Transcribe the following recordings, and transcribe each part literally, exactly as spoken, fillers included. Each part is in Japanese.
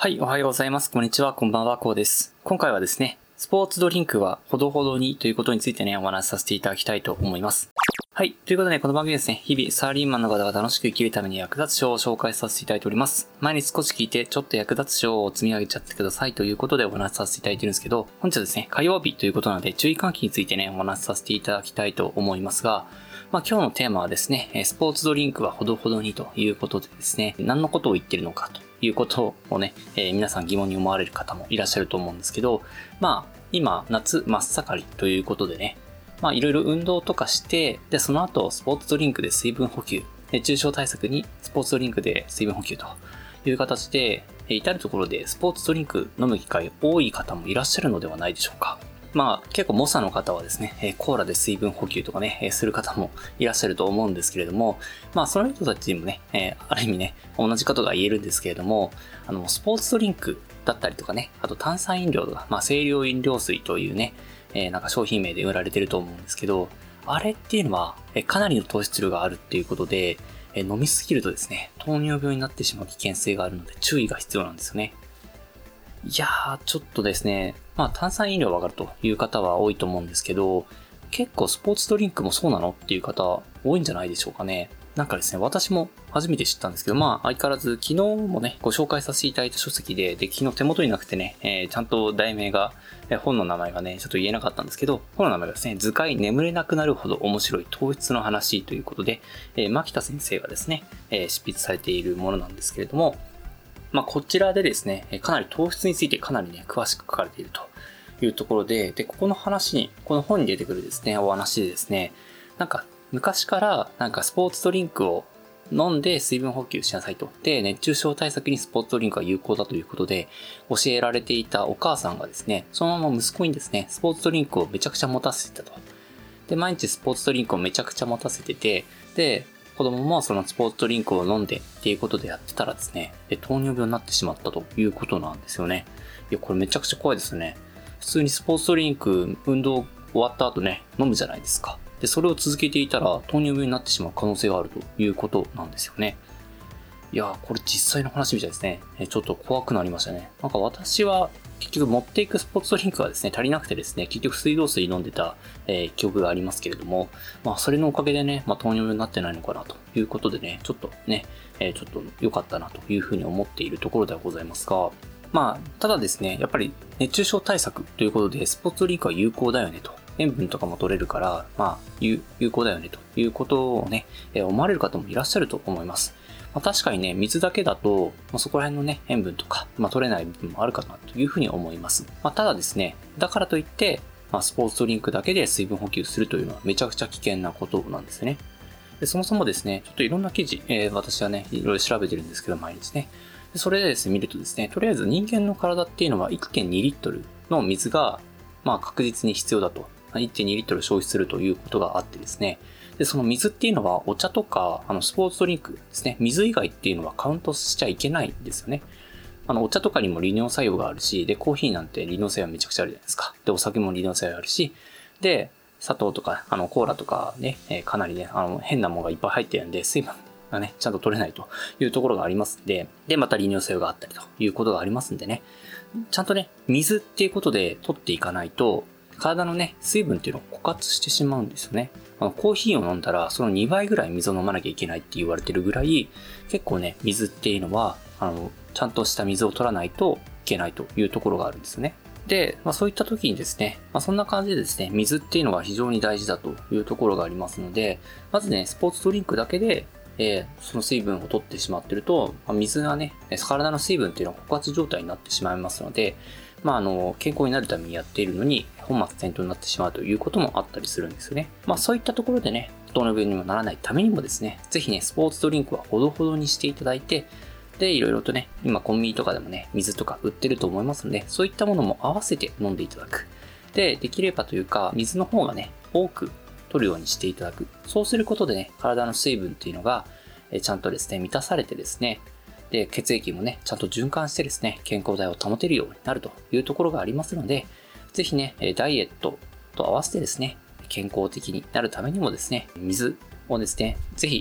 はい、おはようございます。こんにちは、こんばんは、こうです。今回はですね、スポーツドリンクはほどほどにということについてね、お話しさせていただきたいと思います。はい。ということで、この番組ですね、日々サラリーマンの方が楽しく生きるために役立つ章を紹介させていただいております。前に少し聞いて、ちょっと役立つ章を積み上げちゃってくださいということでお話しさせていただいているんですけど、本日はですね、火曜日ということなので、注意喚起についてね、お話しさせていただきたいと思いますが、まあ今日のテーマはですね、スポーツドリンクはほどほどにということでですね、何のことを言ってるのかということをね、えー、皆さん疑問に思われる方もいらっしゃると思うんですけど、まあ今、夏真っ盛りということでね、まあいろいろ運動とかして、で、その後スポーツドリンクで水分補給、熱中症対策にスポーツドリンクで水分補給という形で、至るところでスポーツドリンク飲む機会多い方もいらっしゃるのではないでしょうか。まあ結構猛者の方はですね、コーラで水分補給とかね、する方もいらっしゃると思うんですけれども、まあその人たちにもね、ある意味ね、同じことが言えるんですけれども、あの、スポーツドリンクだったりとかね、あと炭酸飲料とか、まあ清涼飲料水というね、えー、なんか商品名で売られてると思うんですけど、あれっていうのは、えー、かなりの糖質量があるっていうことで、えー、飲みすぎるとですね、糖尿病になってしまう危険性があるので注意が必要なんですよね。いやー、ちょっとですね、まあ炭酸飲料はわかるという方は多いと思うんですけど、結構スポーツドリンクもそうなのっていう方多いんじゃないでしょうかね。なんかですね、私も初めて知ったんですけど、まあ相変わらず昨日もね、ご紹介させていただいた書籍で、で、昨日手元になくてね、えー、ちゃんと題名が、えー、本の名前がね、ちょっと言えなかったんですけど、本の名前がですね、図解眠れなくなるほど面白い糖質の話ということで、えー、牧田先生がですね、えー、執筆されているものなんですけれども、まあこちらでですね、かなり糖質についてかなりね、詳しく書かれているというところで、で、ここの話に、この本に出てくるですね、お話でですね、なんか昔からなんかスポーツドリンクを飲んで水分補給しなさいと。で、熱中症対策にスポーツドリンクは有効だということで教えられていたお母さんがですね、そのまま息子にですね、スポーツドリンクをめちゃくちゃ持たせてたと。で、毎日スポーツドリンクをめちゃくちゃ持たせてて、で、子供もそのスポーツドリンクを飲んでっていうことでやってたらですね、糖尿病になってしまったということなんですよね。いや、これめちゃくちゃ怖いですね。普通にスポーツドリンク、運動終わった後ね、飲むじゃないですか。で、それを続けていたら糖尿病になってしまう可能性があるということなんですよね。いやー、これ実際の話みたいですね。ちょっと怖くなりましたね。なんか私は結局持っていくスポーツドリンクがですね、足りなくてですね、結局水道水飲んでた、えー、記憶がありますけれども、まあそれのおかげでね、まあ糖尿病になってないのかなということでね、ちょっとね、えー、ちょっと良かったなというふうに思っているところではございますが、まあただですね、やっぱり熱中症対策ということでスポーツドリンクは有効だよねと。塩分とかも取れるから、まあ有効だよねということをね、えー、思われる方もいらっしゃると思います。まあ、確かにね、水だけだと、まあ、そこら辺のね、塩分とか、まあ、取れない部分もあるかなというふうに思います。まあ、ただですね、だからといって、まあ、スポーツドリンクだけで水分補給するというのはめちゃくちゃ危険なことなんですね。でそもそもですね、ちょっといろんな記事、えー、私はね、いろいろ調べてるんですけど、毎日ね。でそれでですね、見るとですね、とりあえず人間の体っていうのは いってんにリットルの水が、まあ、確実に必要だと。いってんにリットル消費するということがあってですね、で、その水っていうのはお茶とか、あの、スポーツドリンクですね。水以外っていうのはカウントしちゃいけないんですよね。あの、お茶とかにも利尿作用があるし、で、コーヒーなんて利尿作用めちゃくちゃあるじゃないですか。で、お酒も利尿作用あるし、で、砂糖とか、あの、コーラとかね、えー、かなりね、あの、変なものがいっぱい入ってるんで、水分がね、ちゃんと取れないというところがありますんで、で、また利尿作用があったりということがありますんでね、ちゃんとね、水っていうことで取っていかないと、体のね、水分っていうのを枯渇してしまうんですよね。あのコーヒーを飲んだらそのにばいぐらい水を飲まなきゃいけないって言われてるぐらい、結構ね、水っていうのは、あの、ちゃんとした水を取らないといけないというところがあるんですよね。で、まあそういった時にですね、まあそんな感じでですね、水っていうのが非常に大事だというところがありますので、まずね、スポーツドリンクだけで、えー、その水分を取ってしまってると、まあ、水がね、体の水分っていうのは枯渇状態になってしまいますので、まあ、あの、健康になるためにやっているのに、本末転倒になってしまうということもあったりするんですよね。まあ、そういったところでね、糖尿病にもならないためにもですね、ぜひね、スポーツドリンクはほどほどにしていただいて、で、いろいろとね、今コンビニとかでもね、水とか売ってると思いますので、そういったものも合わせて飲んでいただく。で、できればというか、水の方がね、多く取るようにしていただく。そうすることでね、体の水分っていうのが、えちゃんとですね、満たされてですね、で、血液もね、ちゃんと循環してですね、健康体を保てるようになるというところがありますので、ぜひね、ダイエットと合わせてですね、健康的になるためにもですね、水をですね、ぜひ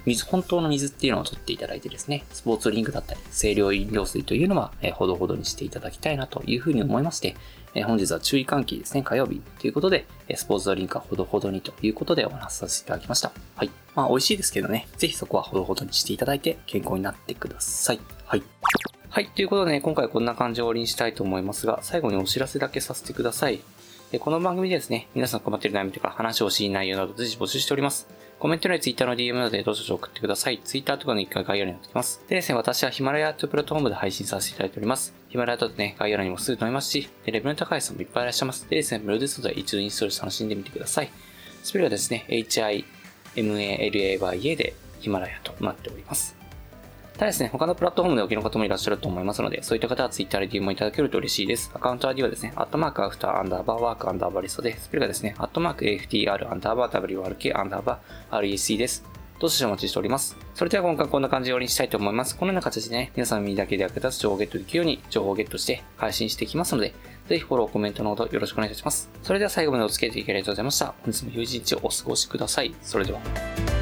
水、本当の水っていうのを取っていただいてですね、スポーツドリンクだったり、清涼飲料水というのは、えー、ほどほどにしていただきたいなというふうに思いまして、えー、本日は注意喚起ですね、火曜日ということで、スポーツドリンクはほどほどにということでお話しさせていただきました。はい。まあ、美味しいですけどね、ぜひそこはほどほどにしていただいて健康になってください。はい。はい。ということでね、今回こんな感じで終わりにしたいと思いますが、最後にお知らせだけさせてください。この番組でですね、皆さん困っている悩みとか話をしい内容など随時募集しております。コメント欄や Twitter の ディーエム などでどしどし送ってください。Twitter とかの一回概要欄に載ってきます。でですね、私はヒマラヤというプラットフォームで配信させていただいております。ヒマラヤだとね、概要欄にもすぐ載りますし、でレベルの高い人もいっぱいいらっしゃいます。でですね、無料ですので一度インストールして楽しんでみてください。スペルはですね、エイチアイエムエーエルエーワイエー でヒマラヤとなっております。ただですね、他のプラットフォームでお聞きの方もいらっしゃると思いますので、そういった方は Twitter で ディーエム をいただけると嬉しいです。アカウント アイディー はですね、アットマークアフターアンダーバーワークアンダーバーリストで、スペルがですね、アットマーク エーエフティーアール アンダーバー ダブリューアールケー アンダーバー アールイーエスイー です。どうぞお待ちしております。それでは今回こんな感じで終わりにしたいと思います。このような形でね、皆さんの耳だけで役立つ情報をゲットできるように情報をゲットして配信していきますので、ぜひフォロー、コメントのほどよろしくお願いいたします。それでは最後までお付き合いいただきありがとうございました。本日も良い一日をお過ごしください。それでは。